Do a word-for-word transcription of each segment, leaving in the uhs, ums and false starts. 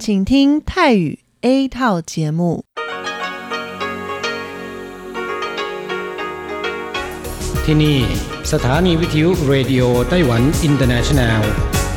请听泰语 A 套节目。 ที่นี่สถานีวิทยุเรดิโอไต้หวันอินเตอร์เนชั่นแนล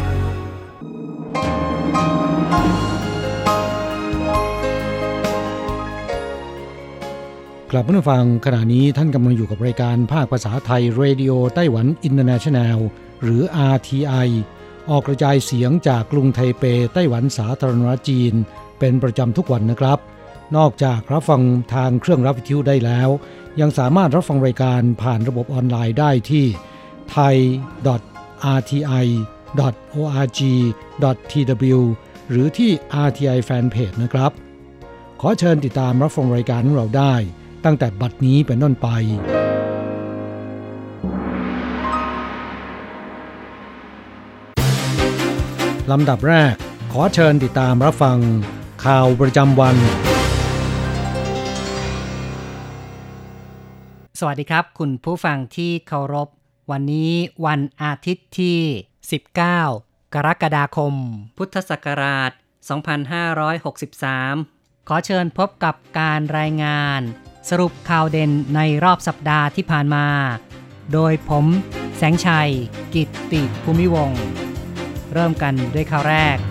กลับมาฟังขณะนี้ท่านกำลังอยู่กับรายการภาคภาษาไทยเรดิโอไต้หวันอินเตอร์เนชั่นแนลหรือ อาร์ ที ไอ ออกกระจายเสียงจากกรุงไทเปไต้หวันสาธารณรัฐจีนเป็นประจำทุกวันนะครับนอกจากรับฟังทางเครื่องรับวิทยุได้แล้วยังสามารถรับฟังรายการผ่านระบบออนไลน์ได้ที่ ไทย ดอท อาร์ ที ไอ ดอท โอ อาร์ จี ดอท ที ดับเบิลยู หรือที่ อาร์ ที ไอ Fanpage นะครับขอเชิญติดตามรับฟังรายการของเราได้ตั้งแต่บัดนี้เป็นต้นไปลำดับแรกขอเชิญติดตามรับฟังข่าวประจำวันสวัสดีครับคุณผู้ฟังที่เคารพวันนี้วันอาทิตย์ที่สิบเก้ากรกฎาคมพุทธศักราชสองพันห้าร้อยหกสิบสามขอเชิญพบกับการรายงานสรุปข่าวเด่นในรอบสัปดาห์ที่ผ่านมาโดยผมแสงชัยกิตติภูมิวงศ์เริ่มกันด้วยข่าวแรก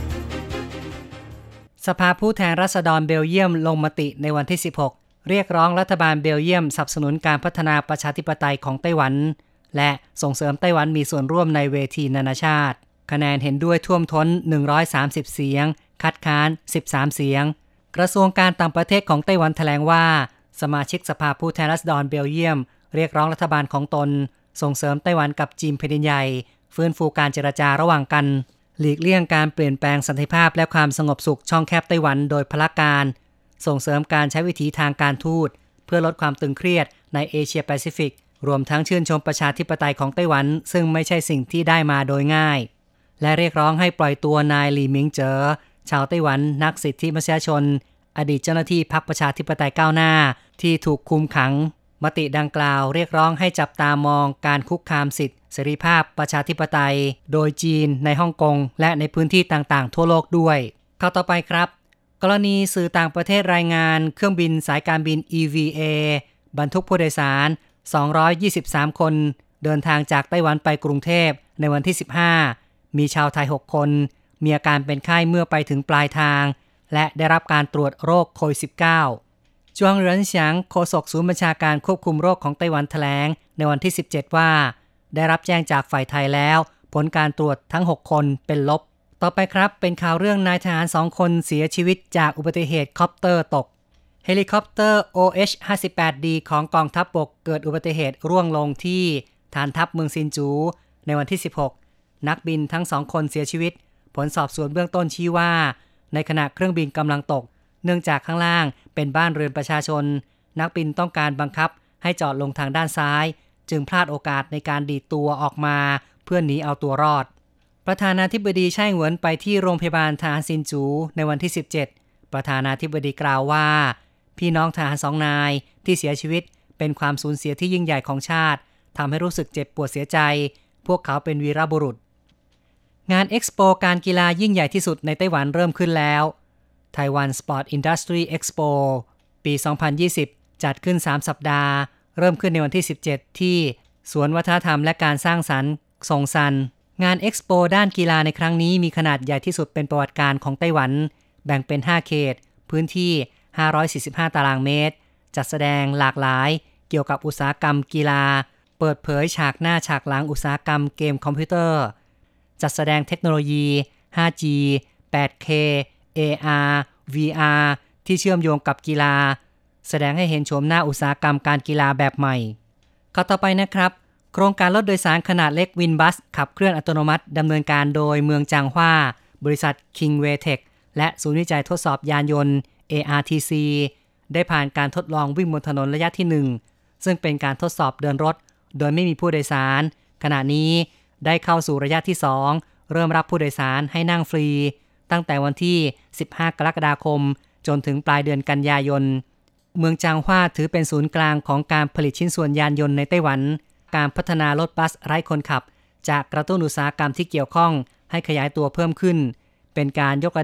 สภาผู้แทนราษฎรเบลเยียมลงมติในวันที่สิบหกเรียกร้องรัฐบาลเบลเยียมสนับสนุนการพัฒนาประชาธิปไตยของไต้หวันและส่งเสริมไต้หวันมีส่วนร่วมในเวทีนานาชาติคะแนนเห็นด้วยท่วมท้นหนึ่งร้อยสามสิบเสียงคัดค้านสิบสามเสียงกระทรวงการต่างประเทศของไต้หวันแถลงว่าสมาชิกสภาผู้แทนราษฎรเบลเยียมเรียกร้องรัฐบาลของตนส่งเสริมไต้หวันกับจีนแผ่นดินใหญ่ฟื้นฟูการเจรจาระหว่างกันหลีกเลี่ยงการเปลี่ยนแปลงสันติภาพและความสงบสุขช่องแคบไต้หวันโดยพลการส่งเสริมการใช้วิธีทางการทูตเพื่อลดความตึงเครียดในเอเชียแปซิฟิกรวมทั้งชื่นชมประชาธิปไตยของไต้หวันซึ่งไม่ใช่สิ่งที่ได้มาโดยง่ายและเรียกร้องให้ปล่อยตัวนายหลี่หมิงเจ๋อชาวไต้หวันนักสิทธิมนุษยชนอดีตเจ้าหน้าที่พรรคประชาธิปไตยก้าวหน้าที่ถูกคุมขังมติดังกล่าวเรียกร้องให้จับตามองการคุกคามสิทธิเสรีภาพประชาธิปไตยโดยจีนในฮ่องกงและในพื้นที่ต่างๆทั่วโลกด้วยข่าวต่อไปครับกรณีสื่อต่างประเทศรายงานเครื่องบินสายการบิน อี วี เอ บรรทุกผู้โดยสารสองร้อยยี่สิบสามคนเดินทางจากไต้หวันไปกรุงเทพในวันที่สิบห้ามีชาวไทยหกคนมีอาการเป็นไข้เมื่อไปถึงปลายทางและได้รับการตรวจโรคโควิด สิบเก้า จวงเหรินเฉียงโฆษกศูนย์บัญชาการควบคุมโรคของไต้หวันแถลงในวันที่สิบเจ็ดว่าได้รับแจ้งจากฝ่ายไทยแล้วผลการตรวจทั้งหกคนเป็นลบต่อไปครับเป็นข่าวเรื่องนายทหารสองคนเสียชีวิตจากอุบัติเหตุคอปเตอร์ตกเฮลิคอปเตอร์ โอ เอช ห้าสิบแปดดี ของกองทัพบกเกิดอุบัติเหตุร่วงลงที่ฐานทัพเมืองซินจูในวันที่สิบหกนักบินทั้งสองคนเสียชีวิตผลสอบสวนเบื้องต้นชี้ว่าในขณะเครื่องบินกำลังตกเนื่องจากข้างล่างเป็นบ้านเรือนประชาชนนักบินต้องการบังคับให้จอดลงทางด้านซ้ายจึงพลาดโอกาสในการดีดตัวออกมาเพื่อหนีเอาตัวรอดประธานาธิบดีไช่เหวินไปที่โรงพยาบาลทหารซินจูในวันที่สิบเจ็ดประธานาธิบดีกล่าวว่าพี่น้องทหารสองนายที่เสียชีวิตเป็นความสูญเสียที่ยิ่งใหญ่ของชาติทำให้รู้สึกเจ็บปวดเสียใจพวกเขาเป็นวีรบุรุษงานเอ็กซ์โปการกีฬายิ่งใหญ่ที่สุดในไต้หวันเริ่มขึ้นแล้ว Taiwan Sport Industry Expo ปี สองพันยี่สิบ จัดขึ้นสามสัปดาห์เริ่มขึ้นในวันที่สิบเจ็ดที่สวนวัฒนธรรมและการสร้างสรรค์ซงซันงานเอ็กซ์โปด้านกีฬาในครั้งนี้มีขนาดใหญ่ที่สุดเป็นประวัติการของไต้หวันแบ่งเป็นห้าเขตพื้นที่ห้าร้อยสี่สิบห้าตารางเมตรจัดแสดงหลากหลายเกี่ยวกับอุตสาหกรรมกีฬาเปิดเผยฉากหน้าฉากหลังอุตสาหกรรมเกมคอมพิวเตอร์จัดแสดงเทคโนโลยี ห้าจี แปดเค เอ อาร์ วี อาร์ ที่เชื่อมโยงกับกีฬาแสดงให้เห็นโฉมหน้าอุตสาหกรรมการกีฬาแบบใหม่ข่าวต่อไปนะครับโครงการรถโดยสารขนาดเล็กวินบัสขับเคลื่อนอัตโนมัติดำเนินการโดยเมืองจางฮวาบริษัท Kingway Tech และศูนย์วิจัยทดสอบยานยนต์ เอ อาร์ ที ซี ได้ผ่านการทดลองวิ่งบนถนนระยะที่หนึ่งซึ่งเป็นการทดสอบเดินรถโดยไม่มีผู้โดยสารขณะนี้ได้เข้าสู่ระยะที่สองเริ่มรับผู้โดยสารให้นั่งฟรีตั้งแต่วันที่สิบห้ากรกฎาคมจนถึงปลายเดือนกันยายนเมืองจางฮวาถือเป็นศูนย์กลางของการผลิตชิ้นส่วนยานยนต์ในไต้หวันการพัฒนารถบัสไร้คนขับจะกระตุ้นอุตสาหกรรมที่เกี่ยวข้องให้ขยายตัวเพิ่มขึ้นเป็นการยกระดับ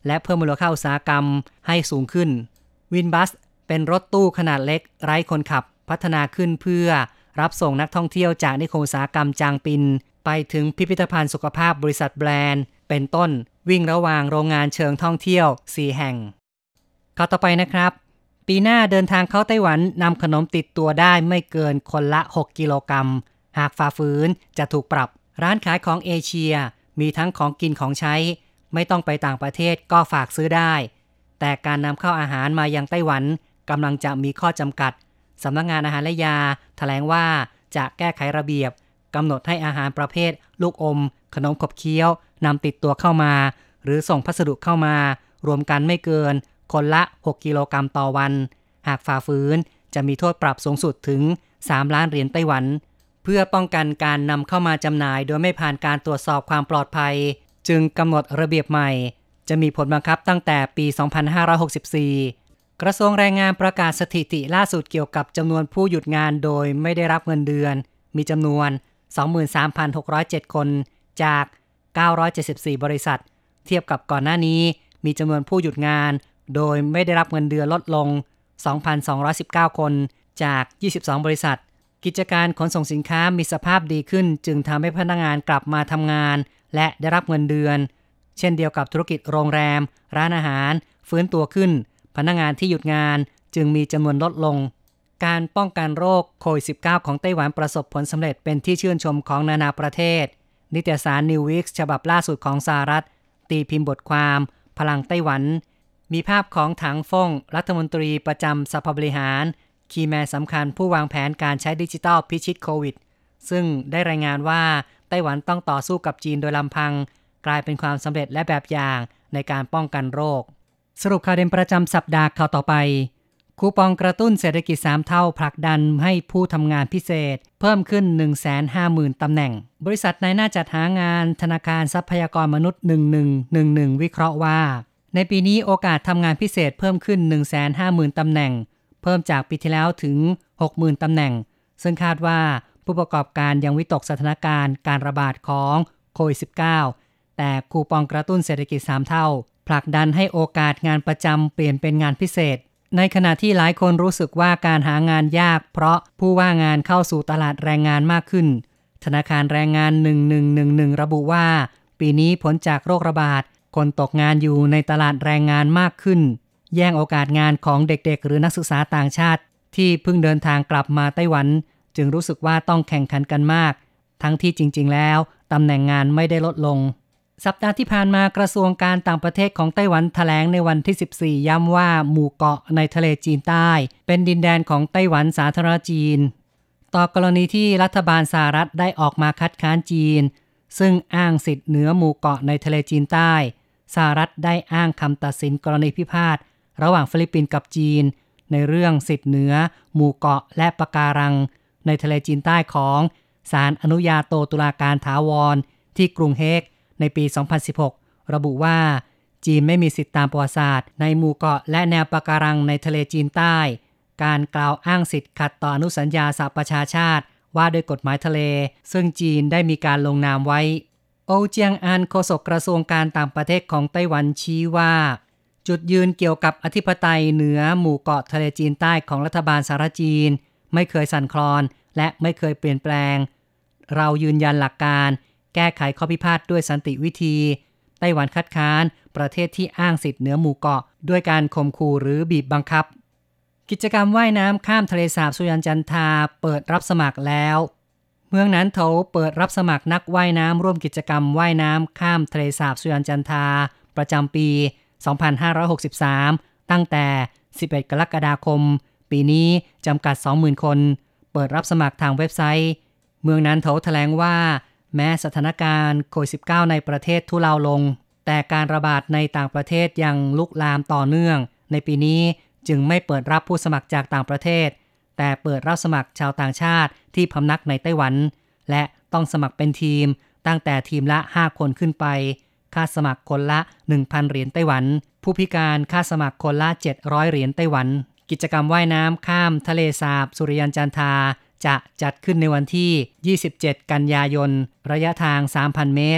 และเพิ่มมูลค่าอุตสาหกรรมให้สูงขึ้นวินบัสเป็นรถตู้ขนาดเล็กไร้คนขับพัฒนาขึ้นเพื่อรับส่งนักท่องเที่ยวจากนิคมอุตสาหกรรมจางปินไปถึงพิพิธภัณฑ์สุขภาพบริษัทแบรนด์เป็นต้นวิ่งระหว่างโรงงานเชิงท่องเที่ยวสี่แห่งข่าวต่อไปนะครับปีหน้าเดินทางเข้าไต้หวันนำขนมติดตัวได้ไม่เกินคนละหกกิโลกรัมหากฝ่าฝืนจะถูกปรับร้านขายของเอเชียมีทั้งของกินของใช้ไม่ต้องไปต่างประเทศก็ฝากซื้อได้แต่การนำเข้าอาหารมายังไต้หวันกำลังจะมีข้อจำกัดสำนักงานอาหารและยาแถลงว่าจะแก้ไขระเบียบกำหนดให้อาหารประเภทลูกอมขนมขบเคี้ยวนำติดตัวเข้ามาหรือส่งพัสดุเข้ามารวมกันไม่เกินคนละหกกิโลกรัมต่อวันหากฝ่าฝืนจะมีโทษปรับสูงสุดถึงสามล้านเหรียญไต้หวันเพื่อป้องกันการนำเข้ามาจำหน่ายโดยไม่ผ่านการตรวจสอบความปลอดภัยจึงกำหนดระเบียบใหม่จะมีผลบังคับตั้งแต่ปีสองพันห้าร้อยหกสิบสี่กระทรวงแรงงานประกาศสถิติล่าสุดเกี่ยวกับจำนวนผู้หยุดงานโดยไม่ได้รับเงินเดือนมีจำนวน สองหมื่นสามพันหกร้อยเจ็ด คนจากเก้าร้อยเจ็ดสิบสี่บริษัทเทียบกับก่อนหน้านี้มีจำนวนผู้หยุดงานโดยไม่ได้รับเงินเดือนลดลง สองพันสองร้อยสิบเก้า คนจากยี่สิบสองบริษัทกิจการขนส่งสินค้ามีสภาพดีขึ้นจึงทำให้พนักงานกลับมาทำงานและได้รับเงินเดือนเช่นเดียวกับธุรกิจโรงแรมร้านอาหารฟื้นตัวขึ้นพนักงานที่หยุดงานจึงมีจำนวนลดลงการป้องกันโรคโควิด สิบเก้า ของไต้หวันประสบผลสำเร็จเป็นที่ชื่นชมของนานาประเทศนิตยสาร New Week ฉบับล่าสุดของสหรัฐตีพิมพ์บทความพลังไต้หวันมีภาพของถังฟ่งรัฐมนตรีประจำสภาบริหารคีย์แมนสำคัญผู้วางแผนการใช้ดิจิทัลพิชิตโควิดซึ่งได้รายงานว่าไต้หวันต้องต่อสู้กับจีนโดยลำพังกลายเป็นความสำเร็จและแบบอย่างในการป้องกันโรคสรุปข่าวเด่นประจำสัปดาห์ข่าวต่อไปคูปองกระตุ้นเศรษฐกิจสามเท่าผลักดันให้ผู้ทำงานพิเศษเพิ่มขึ้น หนึ่งแสนห้าหมื่น ตำแหน่งบริษัทนายหน้าจัดหางานธนาคารทรัพยากรมนุษย์หนึ่งหนึ่งหนึ่งหนึ่งวิเคราะห์ว่าในปีนี้โอกาสทำงานพิเศษเพิ่มขึ้น หนึ่งแสนห้าหมื่น ตำแหน่งเพิ่มจากปีที่แล้วถึง หกหมื่น ตำแหน่งซึ่งคาดว่าผู้ประกอบการยังวิตกสถานการณ์การระบาดของโควิด สิบเก้า แต่คูปองกระตุ้นเศรษฐกิจสามเท่าผลักดันให้โอกาสงานประจำเปลี่ยนเป็นงานพิเศษในขณะที่หลายคนรู้สึกว่าการหางานยากเพราะผู้ว่างงานเข้าสู่ตลาดแรงงานมากขึ้นธนาคารแรงงานหนึ่งหนึ่งหนึ่งหนึ่งระบุว่าปีนี้ผลจากโรคระบาดคนตกงานอยู่ในตลาดแรงงานมากขึ้นแย่งโอกาสงานของเด็กๆหรือนักศึกษาต่างชาติที่เพิ่งเดินทางกลับมาไต้หวันจึงรู้สึกว่าต้องแข่งขันกันมากทั้งที่จริงๆแล้วตำแหน่งงานไม่ได้ลดลงสัปดาห์ที่ผ่านมากระทรวงการต่างประเทศของไต้หวันแถลงในวันที่สิบสี่ย้ำว่าหมู่เกาะในทะเลจีนใต้เป็นดินแดนของไต้หวันสาธารณจีนต่อกรณีที่รัฐบาลสหรัฐได้ออกมาคัดค้านจีนซึ่งอ้างสิทธิ์เหนือหมู่เกาะในทะเลจีนใต้สหรัฐได้อ้างคำตัดสินกรณีพิพาทระหว่างฟิลิปปินส์กับจีนในเรื่องสิทธิ์เหนือหมู่เกาะและปะการังในทะเลจีนใต้ของศาลอนุญาโตตุลาการถาวรที่กรุงเฮกในปี สองพันสิบหก ระบุว่าจีนไม่มีสิทธิตามประวัติศาสตร์ในหมู่เกาะและแนวปะการังในทะเลจีนใต้การกล่าวอ้างสิทธิ์ขัดต่ออนุสัญญาสหประชาชาติว่าด้วยกฎหมายทะเลซึ่งจีนได้มีการลงนามไว้โอเจียงอันโฆษกกระทรวงการต่างประเทศของไต้หวันชี้ว่าจุดยืนเกี่ยวกับอธิปไตยเหนือหมู่เกาะทะเลจีนใต้ของรัฐบาลสหรัฐจีนไม่เคยสั่นคลอนและไม่เคยเปลี่ยนแปลงเรายืนยันหลักการแก้ไขข้อพิพาทด้วยสันติวิธีไต้หวันคัดค้านประเทศที่อ้างสิทธิ์เหนือหมู่เกาะด้วยการข่มขู่หรือบีบบังคับกิจกรรมว่ายน้ำข้ามทะเลสาบสุริยันจันทราเปิดรับสมัครแล้วเมืองนั้นโถเปิดรับสมัครนักว่ายน้ำร่วมกิจกรรมว่ายน้ำข้ามทะเลสาบสุริยันจันทราประจำปี สองพันห้าร้อยหกสิบสาม ตั้งแต่ สิบเอ็ด กรกฎาคมปีนี้จำกัด สองหมื่น คนเปิดรับสมัครทางเว็บไซต์เมืองนั้นโถแถลงว่าแม้สถานการณ์โควิด สิบเก้า ในประเทศทุเลาลงแต่การระบาดในต่างประเทศยังลุกลามต่อเนื่องในปีนี้จึงไม่เปิดรับผู้สมัครจากต่างประเทศแต่เปิดรับสมัครชาวต่างชาติที่พำนักในไต้หวันและต้องสมัครเป็นทีมตั้งแต่ทีมละห้าคนขึ้นไปค่าสมัครคนละ หนึ่งพัน เหรียญไต้หวันผู้พิการค่าสมัครคนละเจ็ดร้อยเหรียญไต้หวันกิจกรรมว่ายน้ำข้ามทะเลสาบสุริยันจันทราจะจัดขึ้นในวันที่ยี่สิบเจ็ดกันยายนระยะทาง สามพัน เมตร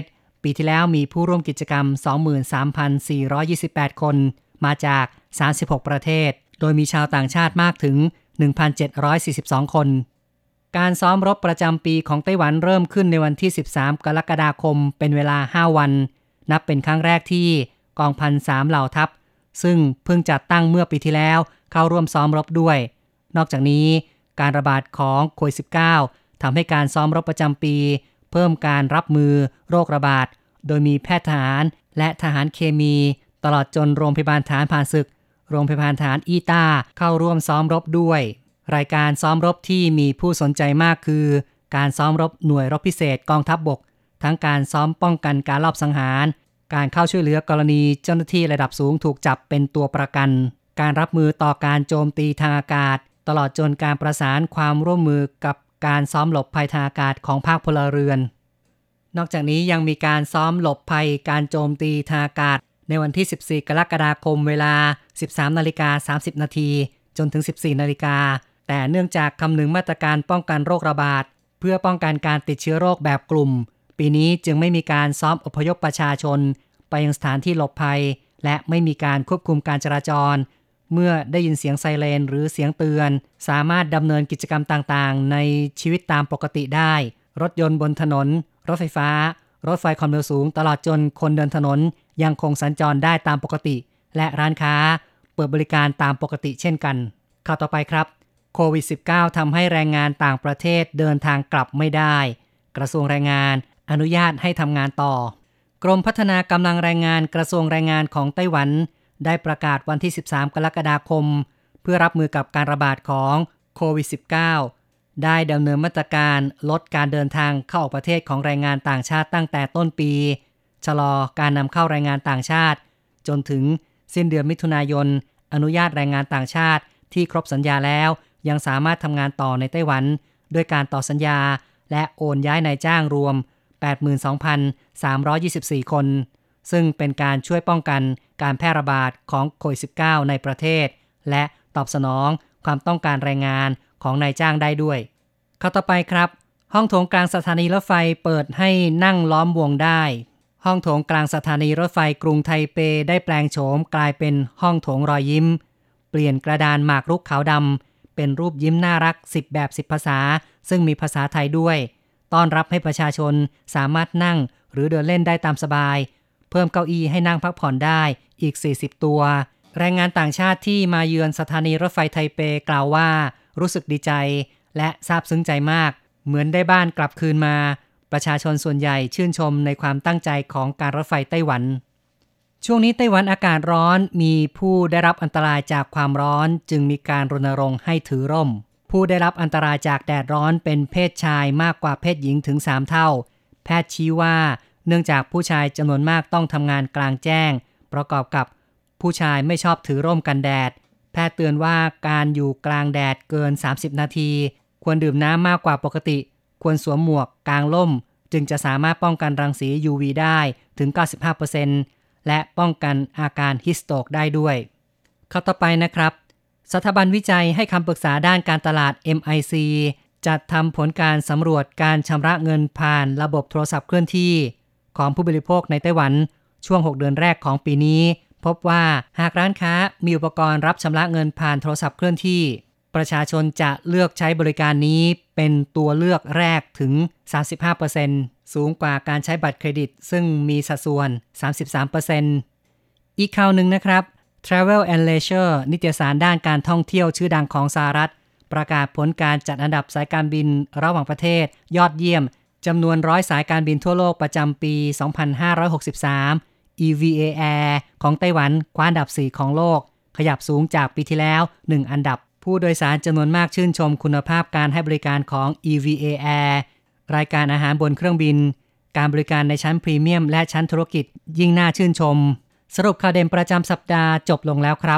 ปีที่แล้วมีผู้ร่วมกิจกรรม สองหมื่นสามพันสี่ร้อยยี่สิบแปด คนมาจากสามสิบหกประเทศโดยมีชาวต่างชาติมากถึง หนึ่งพันเจ็ดร้อยสี่สิบสอง คนการซ้อมรบประจำปีของไต้หวันเริ่มขึ้นในวันที่สิบสามกรกฎาคมเป็นเวลาห้าวันนับเป็นครั้งแรกที่กองพันสามเหล่าทัพซึ่งเพิ่งจัดตั้งเมื่อปีที่แล้วเข้าร่วมซ้อมรบด้วยนอกจากนี้การระบาดของโควิด สิบเก้า ทำให้การซ้อมรบประจำปีเพิ่มการรับมือโรคระบาดโดยมีแพทย์ทหารและทหารเคมีตลอดจนโรงพยาบาลทหารผ่านศึกโรงพยาบาลทหารอีต้าเข้าร่วมซ้อมรบด้วยรายการซ้อมรบที่มีผู้สนใจมากคือการซ้อมรบหน่วยรบพิเศษกองทัพบกทั้งการซ้อมป้องกันการลอบสังหารการเข้าช่วยเหลือกรณีเจ้าหน้าที่ระดับสูงถูกจับเป็นตัวประกันการรับมือต่อการโจมตีทางอากาศตลอดจนการประสานความร่วมมือกับการซ้อมหลบภัยทางอากาศของภาคพลเรือนนอกจากนี้ยังมีการซ้อมหลบภัยการโจมตีทางอากาศในวันที่สิบสี่กรกฎาคมเวลา สิบสามนาฬิกาสามสิบนาทีจนถึง สิบสี่นาฬิกาแต่เนื่องจากคำนึงมาตรการป้องกันโรคระบาดเพื่อป้องกันการติดเชื้อโรคแบบกลุ่มปีนี้จึงไม่มีการซ้อมอพยพประชาชนไปยังสถานที่หลบภัยและไม่มีการควบคุมการจราจรเมื่อได้ยินเสียงไซเรนหรือเสียงเตือนสามารถดำเนินกิจกรรมต่างๆในชีวิตตามปกติได้รถยนต์บนถนนรถไฟฟ้ารถไฟความเร็วสูงตลอดจนคนเดินถนนยังคงสัญจรได้ตามปกติและร้านค้าเปิดบริการตามปกติเช่นกันข่าวต่อไปครับโควิด สิบเก้า ทำให้แรงงานต่างประเทศเดินทางกลับไม่ได้กระทรวงแรงงานอนุญาตให้ทำงานต่อกรมพัฒนากำลังแรงงานกระทรวงแรงงานของไต้หวันได้ประกาศวันที่สิบสามกรกฎาคมเพื่อรับมือกับการระบาดของโควิด สิบเก้า ได้ดำเนินมาตรการลดการเดินทางเข้าออกประเทศของแรงงานต่างชาติตั้งแต่ต้นปีชะลอการนำเข้าแรงงานต่างชาติจนถึงสิ้นเดือนมิถุนายนอนุญาตแรงงานต่างชาติที่ครบสัญญาแล้วยังสามารถทำงานต่อในไต้หวันด้วยการต่อสัญญาและโอนย้ายนายจ้างรวม แปดหมื่นสองพันสามร้อยยี่สิบสี่ คนซึ่งเป็นการช่วยป้องกันการแพร่ระบาดของโควิด สิบเก้า ในประเทศและตอบสนองความต้องการแรงงานของนายจ้างได้ด้วยข้อต่อไปครับห้องโถงกลางสถานีรถไฟเปิดให้นั่งล้อมวงได้ห้องโถงกลางสถานีรถไฟกรุงไทเปได้แปลงโฉมกลายเป็นห้องโถงรอยยิ้มเปลี่ยนกระดานหมากรุกขาวดำเป็นรูปยิ้มน่ารักสิบแบบสิบภาษาซึ่งมีภาษาไทยด้วยต้อนรับให้ประชาชนสามารถนั่งหรือเดินเล่นได้ตามสบายเพิ่มเก้าอี้ให้นั่งพักผ่อนได้อีกสี่สิบตัวแรงงานต่างชาติที่มาเยือนสถานีรถไฟไทเปกล่าวว่ารู้สึกดีใจและซาบซึ้งใจมากเหมือนได้บ้านกลับคืนมาประชาชนส่วนใหญ่ชื่นชมในความตั้งใจของการรถไฟไต้หวันช่วงนี้ไต้หวันอากาศร้อนมีผู้ได้รับอันตรายจากความร้อนจึงมีการรณรงค์ให้ถือร่มผู้ได้รับอันตรายจากแดดร้อนเป็นเพศชายมากกว่าเพศหญิงถึงสามเท่าแพทย์ชี้ว่าเนื่องจากผู้ชายจำนวนมากต้องทำงานกลางแจ้งประกอบกับผู้ชายไม่ชอบถือร่มกันแดดแพทย์เตือนว่าการอยู่กลางแดดเกินสามสิบนาทีควรดื่มน้ำมากกว่าปกติควรสวมหมวกกางร่มจึงจะสามารถป้องกันรังสี ยู วี ได้ถึง เก้าสิบห้าเปอร์เซ็นต์ และป้องกันอาการฮิสโตรกได้ด้วยข้อต่อไปนะครับสถาบันวิจัยให้คำปรึกษาด้านการตลาด เอ็ม ไอ ซี จัดทำผลการสำรวจการชำระเงินผ่านระบบโทรศัพท์เคลื่อนที่ของผู้บริโภคในไต้หวันช่วงหกเดือนแรกของปีนี้พบว่าหากร้านค้ามีอุปกรณ์รับชำระเงินผ่านโทรศัพท์เคลื่อนที่ประชาชนจะเลือกใช้บริการนี้เป็นตัวเลือกแรกถึง สามสิบห้าเปอร์เซ็นต์ สูงกว่าการใช้บัตรเครดิตซึ่งมีสัดส่วน สามสิบสามเปอร์เซ็นต์ อีกข่าวหนึ่งนะครับ Travel and Leisure นิตยสารด้านการท่องเที่ยวชื่อดังของสหรัฐประกาศผลการจัดอันดับสายการบินระหว่างประเทศยอดเยี่ยมจำนวนร้อยสายการบินทั่วโลกประจำปี สองพันห้าร้อยหกสิบสาม อี วี เอ Air ของไต้หวันคว้าอันดับสี่ของโลกขยับสูงจากปีที่แล้วหนึ่งอันดับผู้โดยสารจำนวนมากชื่นชมคุณภาพการให้บริการของ อี วี เอ Air รายการอาหารบนเครื่องบินการบริการในชั้นพรีเมียมและชั้นธุรกิจยิ่งน่าชื่นชมสรุปข่าวเด่นประจำสัปดาห์จบลงแล้วครับ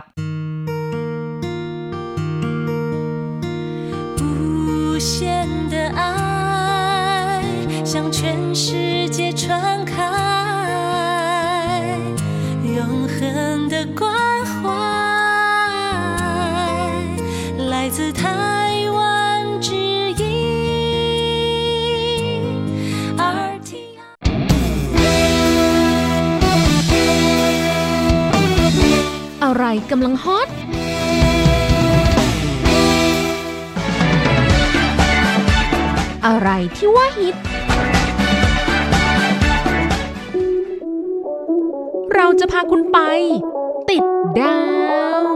无限的爱向全世界传开永恒的关怀来自台湾之音 อาร์ ที ไออะไรกำลังฮอตอะไรที่ว่าฮิตเราจะพาคุณไปติดดาว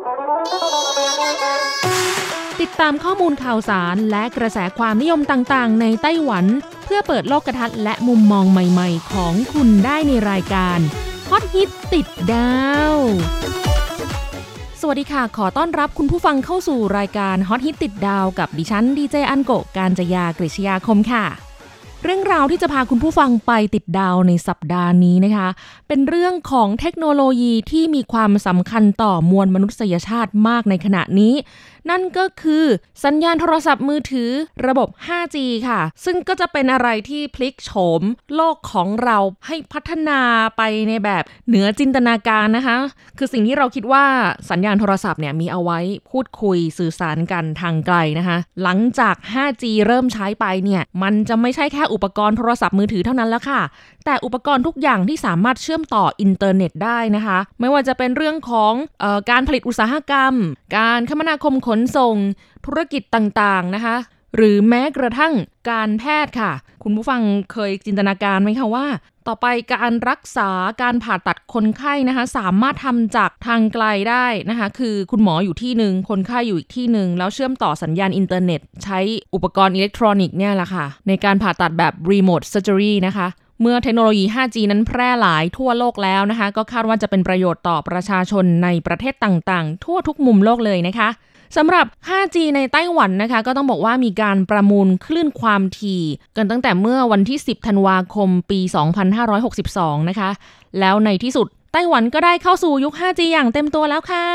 ติดตามข้อมูลข่าวสารและกระแสความนิยมต่างๆในไต้หวันเพื่อเปิดโลกทัศน์และมุมมองใหม่ๆของคุณได้ในรายการฮอตฮิตติดดาวสวัสดีค่ะขอต้อนรับคุณผู้ฟังเข้าสู่รายการฮอตฮิตติดดาวกับดิฉันดีเจอันโกะกาญจยากฤษยาคมค่ะเรื่องราวที่จะพาคุณผู้ฟังไปติดดาวในสัปดาห์นี้นะคะเป็นเรื่องของเทคโนโลยีที่มีความสำคัญต่อมวลมนุษยชาติมากในขณะนี้นั่นก็คือสัญญาณโทรศัพท์มือถือระบบ ไฟว์จี ค่ะซึ่งก็จะเป็นอะไรที่พลิกโฉมโลกของเราให้พัฒนาไปในแบบเหนือจินตนาการนะคะคือสิ่งที่เราคิดว่าสัญญาณโทรศัพท์เนี่ยมีเอาไว้พูดคุยสื่อสารกันทางไกลนะคะหลังจาก ไฟว์จี เริ่มใช้ไปเนี่ยมันจะไม่ใช่แค่อุปกรณ์โทรศัพท์มือถือเท่านั้นแล้วค่ะแต่อุปกรณ์ทุกอย่างที่สามารถเชื่อมต่ออินเทอร์เน็ตได้นะคะไม่ว่าจะเป็นเรื่องของเอ่อการผลิตอุตสาหกรรมการคมนาคมขนส่งธุรกิจต่างๆนะคะหรือแม้กระทั่งการแพทย์ค่ะคุณผู้ฟังเคยจินตนาการไหมคะว่าต่อไปการรักษาการผ่าตัดคนไข้นะคะสามารถทำจากทางไกลได้นะคะคือคุณหมออยู่ที่นึงคนไข้อยู่อีกที่นึงแล้วเชื่อมต่อสัญญาณอินเทอร์เน็ตใช้อุปกรณ์อิเล็กทรอนิกส์เนี่ยแหละค่ะในการผ่าตัดแบบ Remote Surgery นะคะเมื่อเทคโนโลยี ไฟว์จี นั้นแพร่หลายทั่วโลกแล้วนะคะก็คาดว่าจะเป็นประโยชน์ต่อประชาชนในประเทศต่างๆทั่วทุกมุมโลกเลยนะคะสำหรับ ไฟว์จี ในไต้หวันนะคะก็ต้องบอกว่ามีการประมูลคลื่นความถี่กันตั้งแต่เมื่อวันที่สิบธันวาคมปีสองพันห้าร้อยหกสิบสองนะคะแล้วในที่สุดไต้หวันก็ได้เข้าสู่ยุค ไฟว์จี อย่างเต็มตัวแล้วค่ะ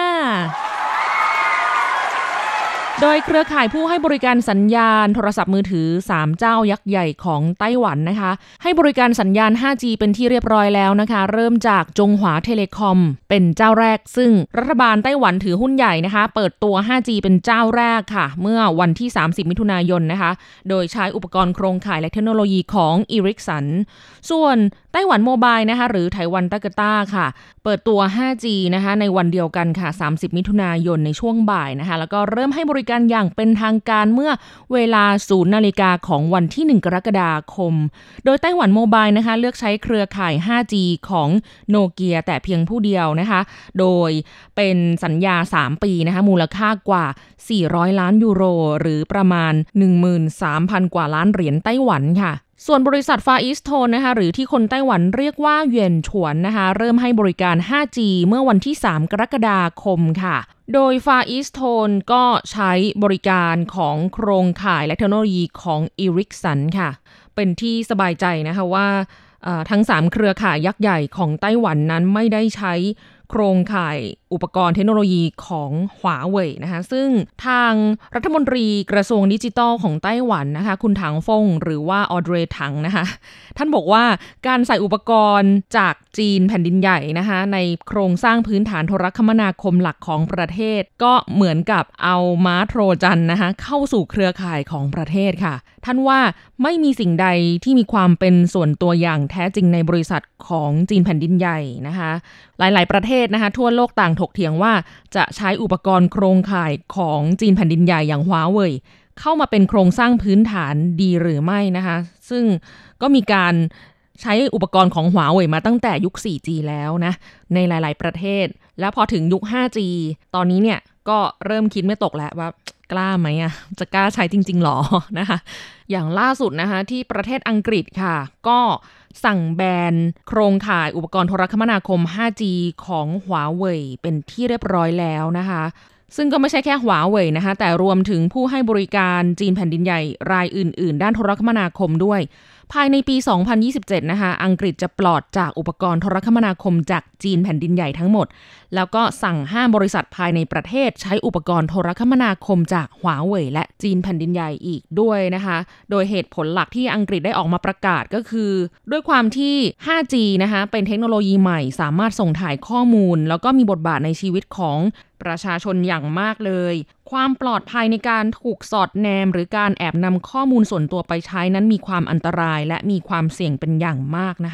โดยเครือข่ายผู้ให้บริการสัญญาณโทรศัพท์มือถือสามเจ้ายักษ์ใหญ่ของไต้หวันนะคะให้บริการสัญญาณ ไฟว์จี เป็นที่เรียบร้อยแล้วนะคะเริ่มจากจงหวาเทเลคอมเป็นเจ้าแรกซึ่งรัฐบาลไต้หวันถือหุ้นใหญ่นะคะเปิดตัว ไฟว์จี เป็นเจ้าแรกค่ะเมื่อวันที่สามสิบมิถุนายนนะคะโดยใช้อุปกรณ์โครงข่ายและเทคโนโลยีของ Ericsson ส่วนไต้หวันโมบายนะคะหรือไต้หวันตะกต้าค่ะเปิดตัว ไฟว์จี นะคะในวันเดียวกันค่ะสามสิบมิถุนายนในช่วงบ่ายนะคะแล้วก็เริ่มให้บริการอย่างเป็นทางการเมื่อเวลา ศูนย์นาฬิกาของวันที่หนึ่งกรกฎาคมโดยไต้หวันโมบายนะคะเลือกใช้เครือข่าย ไฟว์จี ของโนเกียแต่เพียงผู้เดียวนะคะโดยเป็นสัญญาสามปีนะคะมูลค่ากว่าสี่ร้อยล้านยูโรหรือประมาณ หนึ่งหมื่นสามพัน กว่าล้านเหรียญไต้หวันค่ะส่วนบริษัท Far East Tone นะคะหรือที่คนไต้หวันเรียกว่าเหวียนฉวนนะคะเริ่มให้บริการ ไฟว์จี เมื่อวันที่สามกรกฎาคมค่ะโดย Far East Tone ก็ใช้บริการของโครงข่ายและเทคโนโลยีของ Ericsson ค่ะเป็นที่สบายใจนะคะว่าทั้งสามเครือข่ายยักษ์ใหญ่ของไต้หวันนั้นไม่ได้ใช้โครงข่ายอุปกรณ์เทคโนโลยีของหัวเว่ยนะคะซึ่งทางรัฐมนตรีกระทรวงดิจิทัลของไต้หวันนะคะคุณถังฟงหรือว่าออเดรถังนะคะท่านบอกว่าการใส่อุปกรณ์จากจีนแผ่นดินใหญ่นะคะในโครงสร้างพื้นฐานโทรคมนาคมหลักของประเทศก็เหมือนกับเอาม้าโทรจันนะคะเข้าสู่เครือข่ายของประเทศค่ะท่านว่าไม่มีสิ่งใดที่มีความเป็นส่วนตัวอย่างแท้จริงในบริษัทของจีนแผ่นดินใหญ่นะคะหลายๆประเทศนะคะทั่วโลกต่างถกเถียงว่าจะใช้อุปกรณ์โครงข่ายของจีนแผ่นดินใหญ่อย่างหัวเว่ยเข้ามาเป็นโครงสร้างพื้นฐานดีหรือไม่นะคะซึ่งก็มีการใช้อุปกรณ์ของหัวเว่ยมาตั้งแต่ยุค โฟร์จี แล้วนะในหลายๆประเทศแล้วพอถึงยุค ไฟว์จี ตอนนี้เนี่ยก็เริ่มคิดไม่ตกแล้วว่ากล้าไหมอ่ะจะกล้าใช้จริงๆหรอนะคะอย่างล่าสุดนะคะที่ประเทศอังกฤษค่ะก็สั่งแบนโครงข่ายอุปกรณ์โทรคมนาคม ไฟว์จี ของหัวเว่ยเป็นที่เรียบร้อยแล้วนะคะซึ่งก็ไม่ใช่แค่หัวเว่ยนะคะแต่รวมถึงผู้ให้บริการจีนแผ่นดินใหญ่รายอื่นๆด้านโทรคมนาคมด้วยภายในปีสองพันยี่สิบเจ็ดนะคะอังกฤษจะปลอดจากอุปกรณ์โทรคมนาคมจากจีนแผ่นดินใหญ่ทั้งหมดแล้วก็สั่งห้ามบริษัทภายในประเทศใช้อุปกรณ์โทรคมนาคมจากหัวเว่ยและจีนแผ่นดินใหญ่อีกด้วยนะคะโดยเหตุผลหลักที่อังกฤษได้ออกมาประกาศก็คือด้วยความที่ ไฟว์จี นะคะเป็นเทคโนโลยีใหม่สามารถส่งถ่ายข้อมูลแล้วก็มีบทบาทในชีวิตของประชาชนอย่างมากเลยความปลอดภัยในการถูกสอดแนมหรือการแอบนำข้อมูลส่วนตัวไปใช้นั้นมีความอันตรายและมีความเสี่ยงเป็นอย่างมากนะคะ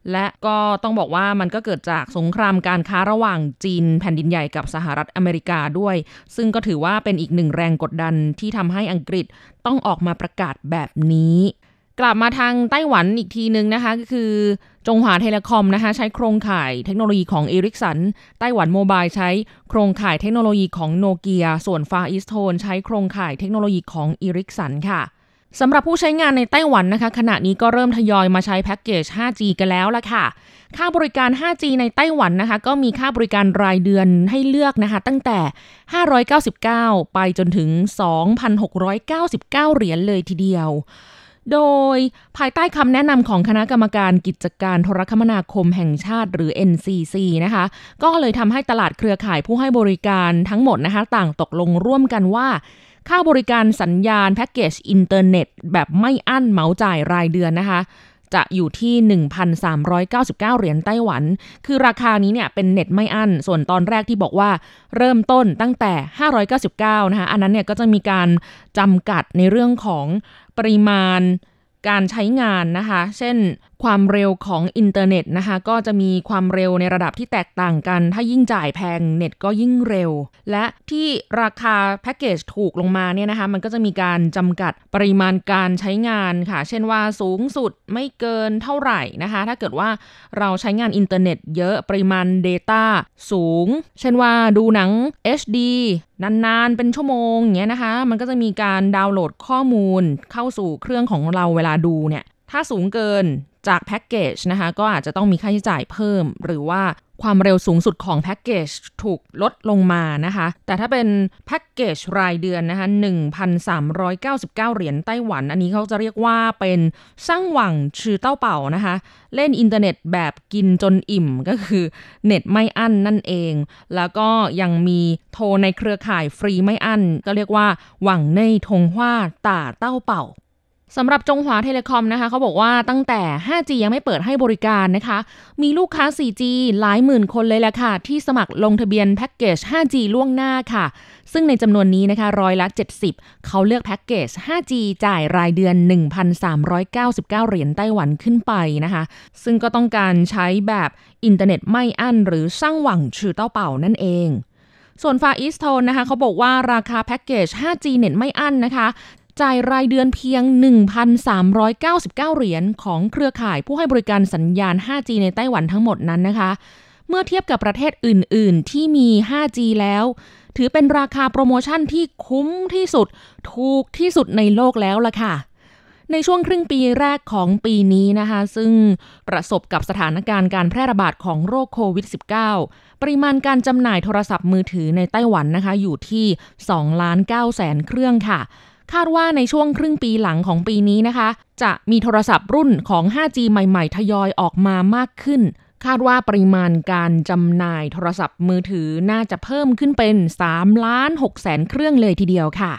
และก็ต้องบอกว่ามันก็เกิดจากสงครามการค้าระหว่างจีนแผ่นดินใหญ่กับสหรัฐอเมริกาด้วยซึ่งก็ถือว่าเป็นอีกหนึ่งแรงกดดันที่ทำให้อังกฤษต้องออกมาประกาศแบบนี้กลับมาทางไต้หวันอีกทีนึงนะคะก็คือจงหวาเทเลคอมนะคะใช้โครงข่ายเทคโนโลยีของ Ericsson ไต้หวันโมบายใช้โครงข่ายเทคโนโลยีของโนเกียส่วน Far EasTone ใช้โครงข่ายเทคโนโลยีของ Ericsson ค่ะสำหรับผู้ใช้งานในไต้หวันนะคะขณะนี้ก็เริ่มทยอยมาใช้แพ็กเกจ ห้าจี กันแล้วล่ะค่ะค่าบริการ ห้าจี ในไต้หวันนะคะก็มีค่าบริการรายเดือนให้เลือกนะคะตั้งแต่ห้าร้อยเก้าสิบเก้าไปจนถึง สองพันหกร้อยเก้าสิบเก้า เหรียญเลยทีเดียวโดยภายใต้คำแนะนำของคณะกรรมการกิจการโทรคมนาคมแห่งชาติหรือ เอ็น ซี ซี นะคะก็เลยทำให้ตลาดเครือข่ายผู้ให้บริการทั้งหมดนะคะต่างตกลงร่วมกันว่าค่าบริการสัญญาณแพ็กเกจอินเทอร์เน็ตแบบไม่อั้นเหมาจ่ายรายเดือนนะคะจะอยู่ที่ หนึ่งพันสามร้อยเก้าสิบเก้า เหรียญไต้หวันคือราคานี้เนี่ยเป็นเน็ตไม่อั้นส่วนตอนแรกที่บอกว่าเริ่มต้นตั้งแต่ห้าร้อยเก้าสิบเก้านะคะอันนั้นเนี่ยก็จะมีการจำกัดในเรื่องของปริมาณการใช้งานนะคะเช่นความเร็วของอินเทอร์เน็ตนะคะก็จะมีความเร็วในระดับที่แตกต่างกันถ้ายิ่งจ่ายแพงเน็ตก็ยิ่งเร็วและที่ราคาแพ็กเกจถูกลงมาเนี่ยนะคะมันก็จะมีการจำกัดปริมาณการใช้งานค่ะเช่นว่าสูงสุดไม่เกินเท่าไหร่นะคะถ้าเกิดว่าเราใช้งานอินเทอร์เน็ตเยอะปริมาณ data สูงเช่นว่าดูหนัง เอช ดี นานๆเป็นชั่วโมงอย่างเงี้ยนะคะมันก็จะมีการดาวน์โหลดข้อมูลเข้าสู่เครื่องของเราเวลาดูเนี่ยถ้าสูงเกินจากแพ็กเกจนะคะก็อาจจะต้องมีค่าใช้จ่ายเพิ่มหรือว่าความเร็วสูงสุดของแพ็กเกจถูกลดลงมานะคะแต่ถ้าเป็นแพ็กเกจรายเดือนนะคะ หนึ่งพันสามร้อยเก้าสิบเก้า เหรียญไต้หวันอันนี้เขาจะเรียกว่าเป็นซั่งหวังชื่อเต้าเป่านะคะเล่นอินเทอร์เน็ตแบบกินจนอิ่มก็คือเน็ตไม่อั้นนั่นเองแล้วก็ยังมีโทรในเครือข่ายฟรีไม่อั้นก็เรียกว่าหวังในทงฮว่าต่าเต้าเป่าสำหรับจงหวาเทเลคอมนะคะเขาบอกว่าตั้งแต่ ห้าจี ยังไม่เปิดให้บริการนะคะมีลูกค้า โฟร์จี หลายหมื่นคนเลยแหละค่ะที่สมัครลงทะเบียนแพ็กเกจ ห้าจี ล่วงหน้าค่ะซึ่งในจำนวนนี้นะคะร้อยละเจ็ดสิบเขาเลือกแพ็กเกจ ห้าจี จ่ายรายเดือน หนึ่งพันสามร้อยเก้าสิบเก้า เหรียญไต้หวันขึ้นไปนะคะซึ่งก็ต้องการใช้แบบอินเทอร์เน็ตไม่อั้นหรือซั่งหวังชื่อเต้าเป่านั่นเองส่วน Far EasTone นะคะเขาบอกว่าราคาแพ็กเกจ ห้าจี เน็ตไม่อั้นนะคะจ่ายรายเดือนเพียง หนึ่งพันสามร้อยเก้าสิบเก้า เหรียญของเครือข่ายผู้ให้บริการสัญญาณ ห้าจี ในไต้หวันทั้งหมดนั้นนะคะเมื่อเทียบกับประเทศอื่นๆที่มี ห้าจี แล้วถือเป็นราคาโปรโมชั่นที่คุ้มที่สุดถูกที่สุดในโลกแล้วล่ะค่ะในช่วงครึ่งปีแรกของปีนี้นะคะซึ่งประสบกับสถานการณ์การแพร่ระบาดของโรคโควิด สิบเก้า ปริมาณการจำหน่ายโทรศัพท์มือถือในไต้หวันนะคะอยู่ที่ สองล้านเก้าแสน เครื่องค่ะคาดว่าในช่วงครึ่งปีหลังของปีนี้นะคะจะมีโทรศัพท์รุ่นของ ห้าจี ใหม่ๆทยอยออกมามากขึ้นคาดว่าปริมาณการจำหน่ายโทรศัพท์มือถือน่าจะเพิ่มขึ้นเป็น สามล้านหกแสน เครื่องเลยทีเดียวค่ะ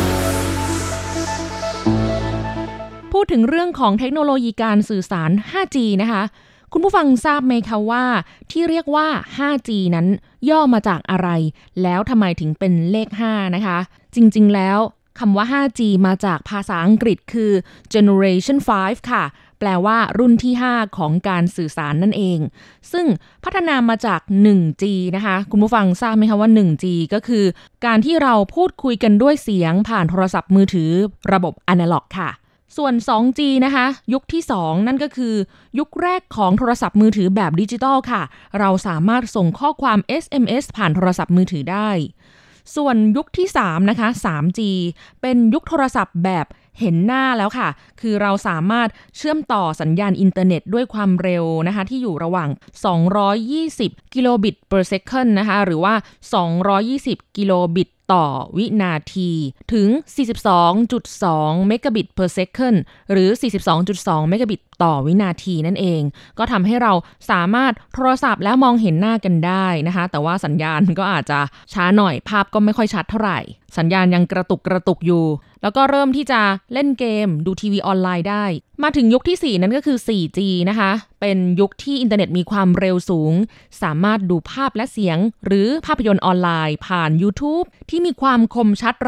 พูดถึงเรื่องของเทคโนโลยีการสื่อสาร ห้าจี นะคะคุณผู้ฟังทราบไหมคะว่าที่เรียกว่า ห้าจี นั้นย่อมาจากอะไรแล้วทำไมถึงเป็นเลขห้านะคะจริงๆแล้วคำว่า ห้าจี มาจากภาษาอังกฤษคือ Generation ไฟว์ ค่ะแปลว่ารุ่นที่ห้าของการสื่อสารนั่นเองซึ่งพัฒนามาจาก หนึ่งจี นะคะคุณผู้ฟังทราบไหมคะว่า หนึ่งจี ก็คือการที่เราพูดคุยกันด้วยเสียงผ่านโทรศัพท์มือถือระบบอนาล็อกค่ะส่วน สองจี นะคะยุคที่สองนั่นก็คือยุคแรกของโทรศัพท์มือถือแบบดิจิตอลค่ะเราสามารถส่งข้อความ เอส เอ็ม เอส ผ่านโทรศัพท์มือถือได้ส่วนยุคที่สามนะคะ สามจี เป็นยุคโทรศัพท์แบบเห็นหน้าแล้วค่ะคือเราสามารถเชื่อมต่อสัญญาณอินเทอร์เน็ตด้วยความเร็วนะคะที่อยู่ระหว่างสองร้อยยี่สิบกิโลบิต per second นะคะหรือว่าสองร้อยยี่สิบกิโลบิตต่อวินาทีถึง สี่สิบสองจุดสอง เมกะบิต per second หรือ สี่สิบสองจุดสอง เมกะบิตต่อวินาทีนั่นเองก็ทำให้เราสามารถโทรศัพท์แล้วมองเห็นหน้ากันได้นะคะแต่ว่าสัญญาณก็อาจจะช้าหน่อยภาพก็ไม่ค่อยชัดเท่าไหร่สัญญาณยังกระตุกกระตุกอยู่แล้วก็เริ่มที่จะเล่นเกมดูทีวีออนไลน์ได้มาถึงยุคที่สี่นั้นก็คือ โฟร์จี นะคะเป็นยุคที่อินเทอร์เน็ตมีความเร็วสูงสามารถดูภาพและเสียงหรือภาพยนตร์ออนไลน์ผ่าน YouTube ที่มีความคมชัดระดับ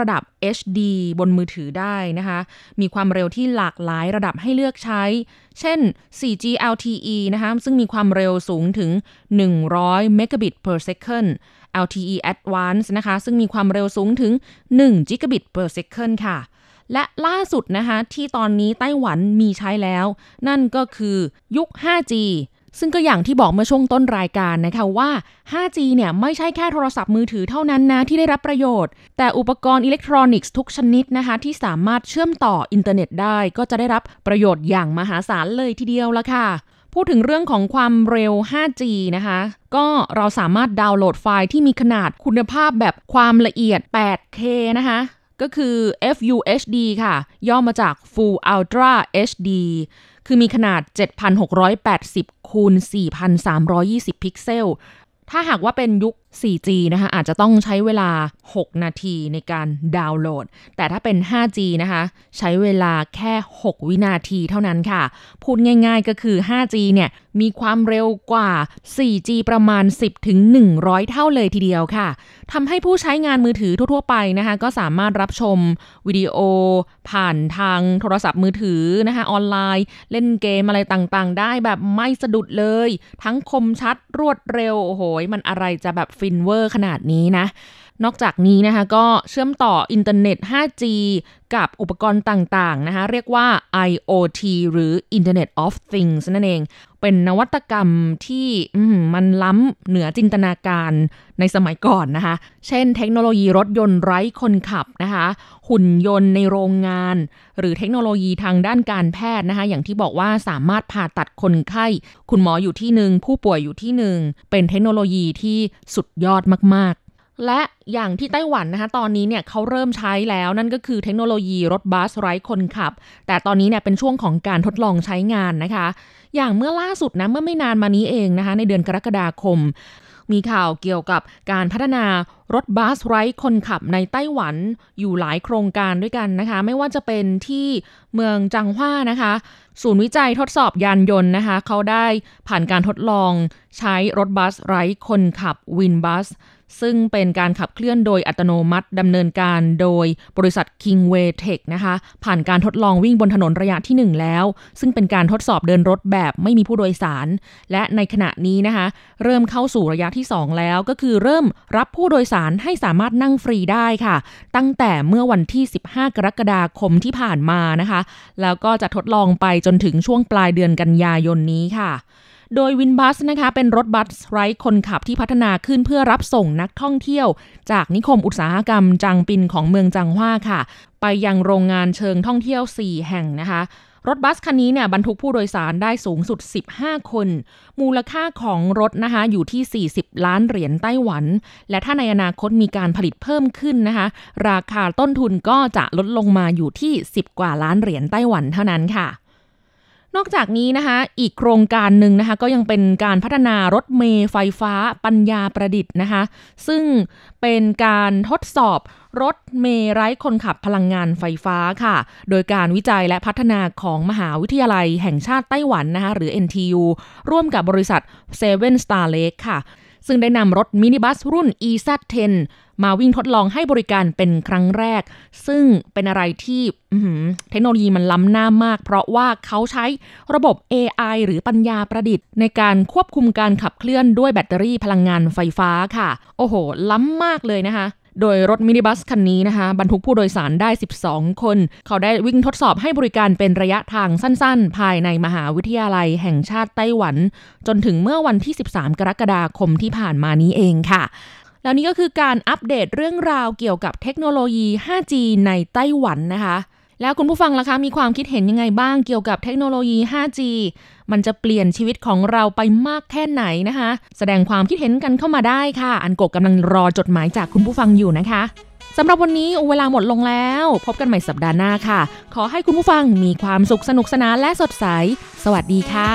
เอช ดี บนมือถือได้นะคะมีความเร็วที่หลากหลายระดับให้เลือกใช้เช่น โฟร์ จี แอล ที อี นะคะซึ่งมีความเร็วสูงถึงหนึ่งร้อย megabit per second แอล ที อี Advanced นะคะซึ่งมีความเร็วสูงถึงหนึ่ง gigabit per second ค่ะและล่าสุดนะคะที่ตอนนี้ไต้หวันมีใช้แล้วนั่นก็คือยุค ห้าจี ซึ่งก็อย่างที่บอกเมื่อช่วงต้นรายการนะคะว่า ห้าจี เนี่ยไม่ใช่แค่โทรศัพท์มือถือเท่านั้นนะที่ได้รับประโยชน์แต่อุปกรณ์อิเล็กทรอนิกส์ทุกชนิดนะคะที่สามารถเชื่อมต่ออินเทอร์เน็ตได้ก็จะได้รับประโยชน์อย่างมหาศาลเลยทีเดียวละค่ะพูดถึงเรื่องของความเร็ว ห้าจี นะคะก็เราสามารถดาวน์โหลดไฟล์ที่มีขนาดคุณภาพแบบความละเอียด แปดเค นะคะก็คือ เอฟ ยู เอช ดี ค่ะย่อมาจาก Full Ultra เอช ดี คือมีขนาด เจ็ดพันหกร้อยแปดสิบ คูณ สี่พันสามร้อยยี่สิบ พิกเซลถ้าหากว่าเป็นยุค โฟร์ จี นะคะอาจจะต้องใช้เวลาหกนาทีในการดาวน์โหลดแต่ถ้าเป็น ห้าจี นะคะใช้เวลาแค่หกวินาทีเท่านั้นค่ะพูดง่ายๆก็คือ ห้าจี เนี่ยมีความเร็วกว่า โฟร์ จี ประมาณ สิบถึงหนึ่งร้อย เท่าเลยทีเดียวค่ะทำให้ผู้ใช้งานมือถือทั่วๆไปนะคะก็สามารถรับชมวิดีโอผ่านทางโทรศัพท์มือถือนะคะออนไลน์เล่นเกมอะไรต่างๆได้แบบไม่สะดุดเลยทั้งคมชัดรวดเร็วโอ้โหมันอะไรจะแบบฟินเวอร์ขนาดนี้นะนอกจากนี้นะคะก็เชื่อมต่ออินเทอร์เน็ต ห้าจี กับอุปกรณ์ต่างๆนะคะเรียกว่า ไอ โอ ที หรือ Internet of Things นั่นเองเป็นนวัตกรรมที่มันล้ำเหนือจินตนาการในสมัยก่อนนะคะเช่นเทคโนโลยีรถยนต์ไร้คนขับนะคะหุ่นยนต์ในโรงงานหรือเทคโนโลยีทางด้านการแพทย์นะคะอย่างที่บอกว่าสามารถผ่าตัดคนไข้คุณหมออยู่ที่หนึ่งผู้ป่วยอยู่ที่หนึ่งเป็นเทคโนโลยีที่สุดยอดมากๆและอย่างที่ไต้หวันนะคะตอนนี้เนี่ยเขาเริ่มใช้แล้วนั่นก็คือเทคโนโลยีรถบัสไร้คนขับแต่ตอนนี้เนี่ยเป็นช่วงของการทดลองใช้งานนะคะอย่างเมื่อล่าสุดนะเมื่อไม่นานมานี้เองนะคะในเดือนกรกฎาคมมีข่าวเกี่ยวกับการพัฒนารถบัสไร้คนขับในไต้หวันอยู่หลายโครงการด้วยกันนะคะไม่ว่าจะเป็นที่เมืองจังหว้านะคะศูนย์วิจัยทดสอบยานยนต์นะคะเขาได้ผ่านการทดลองใช้รถบัสไร้คนขับวินบัสซึ่งเป็นการขับเคลื่อนโดยอัตโนมัติดำเนินการโดยบริษัท Kingway Tech นะคะผ่านการทดลองวิ่งบนถนนระยะที่หนึ่งแล้วซึ่งเป็นการทดสอบเดินรถแบบไม่มีผู้โดยสารและในขณะนี้นะคะเริ่มเข้าสู่ระยะที่สองแล้วก็คือเริ่มรับผู้โดยสารให้สามารถนั่งฟรีได้ค่ะตั้งแต่เมื่อวันที่สิบห้ากรกฎาคมที่ผ่านมานะคะแล้วก็จะทดลองไปจนถึงช่วงปลายเดือนกันยายนนี้ค่ะโดยวินบัสนะคะเป็นรถบัสไร้คนขับที่พัฒนาขึ้นเพื่อรับส่งนักท่องเที่ยวจากนิคมอุตสาหกรรมจางปินของเมืองจังหว้าค่ะไปยังโรงงานเชิงท่องเที่ยวสี่แห่งนะคะรถบัสคันนี้เนี่ยบรรทุกผู้โดยสารได้สูงสุดสิบห้าคนมูลค่าของรถนะคะอยู่ที่สี่สิบล้านเหรียญไต้หวันและถ้าในอนาคตมีการผลิตเพิ่มขึ้นนะคะราคาต้นทุนก็จะลดลงมาอยู่ที่สิบกว่าล้านเหรียญไต้หวันเท่านั้นค่ะนอกจากนี้นะคะอีกโครงการหนึ่งนะคะก็ยังเป็นการพัฒนารถเมล์ไฟฟ้าปัญญาประดิษฐ์นะคะซึ่งเป็นการทดสอบรถเมล์ไร้คนขับพลังงานไฟฟ้าค่ะโดยการวิจัยและพัฒนาของมหาวิทยาลัยแห่งชาติไต้หวันนะคะหรือ เอ็น ที ยู ร่วมกับบริษัท เซเว่น Star Lake ค่ะซึ่งได้นำรถมินิบัสรุ่น อี แซด เท็น มาวิ่งทดลองให้บริการเป็นครั้งแรกซึ่งเป็นอะไรที่เทคโนโลยีมันล้ำหน้ามากเพราะว่าเขาใช้ระบบ เอ ไอ หรือปัญญาประดิษฐ์ในการควบคุมการขับเคลื่อนด้วยแบตเตอรี่พลังงานไฟฟ้าค่ะโอ้โหล้ำมากเลยนะคะโดยรถมินิบัสคันนี้นะคะบรรทุกผู้โดยสารได้สิบสองคนเขาได้วิ่งทดสอบให้บริการเป็นระยะทางสั้นๆภายในมหาวิทยาลัยแห่งชาติไต้หวันจนถึงเมื่อวันที่สิบสามกรกฎาคมที่ผ่านมานี้เองค่ะแล้วนี่ก็คือการอัปเดตเรื่องราวเกี่ยวกับเทคโนโลยี ห้าจี ในไต้หวันนะคะแล้วคุณผู้ฟังล่ะคะมีความคิดเห็นยังไงบ้างเกี่ยวกับเทคโนโลยี ห้าจี มันจะเปลี่ยนชีวิตของเราไปมากแค่ไหนนะคะแสดงความคิดเห็นกันเข้ามาได้ค่ะอันโกะกำลังรอจดหมายจากคุณผู้ฟังอยู่นะคะสำหรับวันนี้เวลาหมดลงแล้วพบกันใหม่สัปดาห์หน้าค่ะขอให้คุณผู้ฟังมีความสุขสนุกสนานและสดใสสวัสดีค่ะ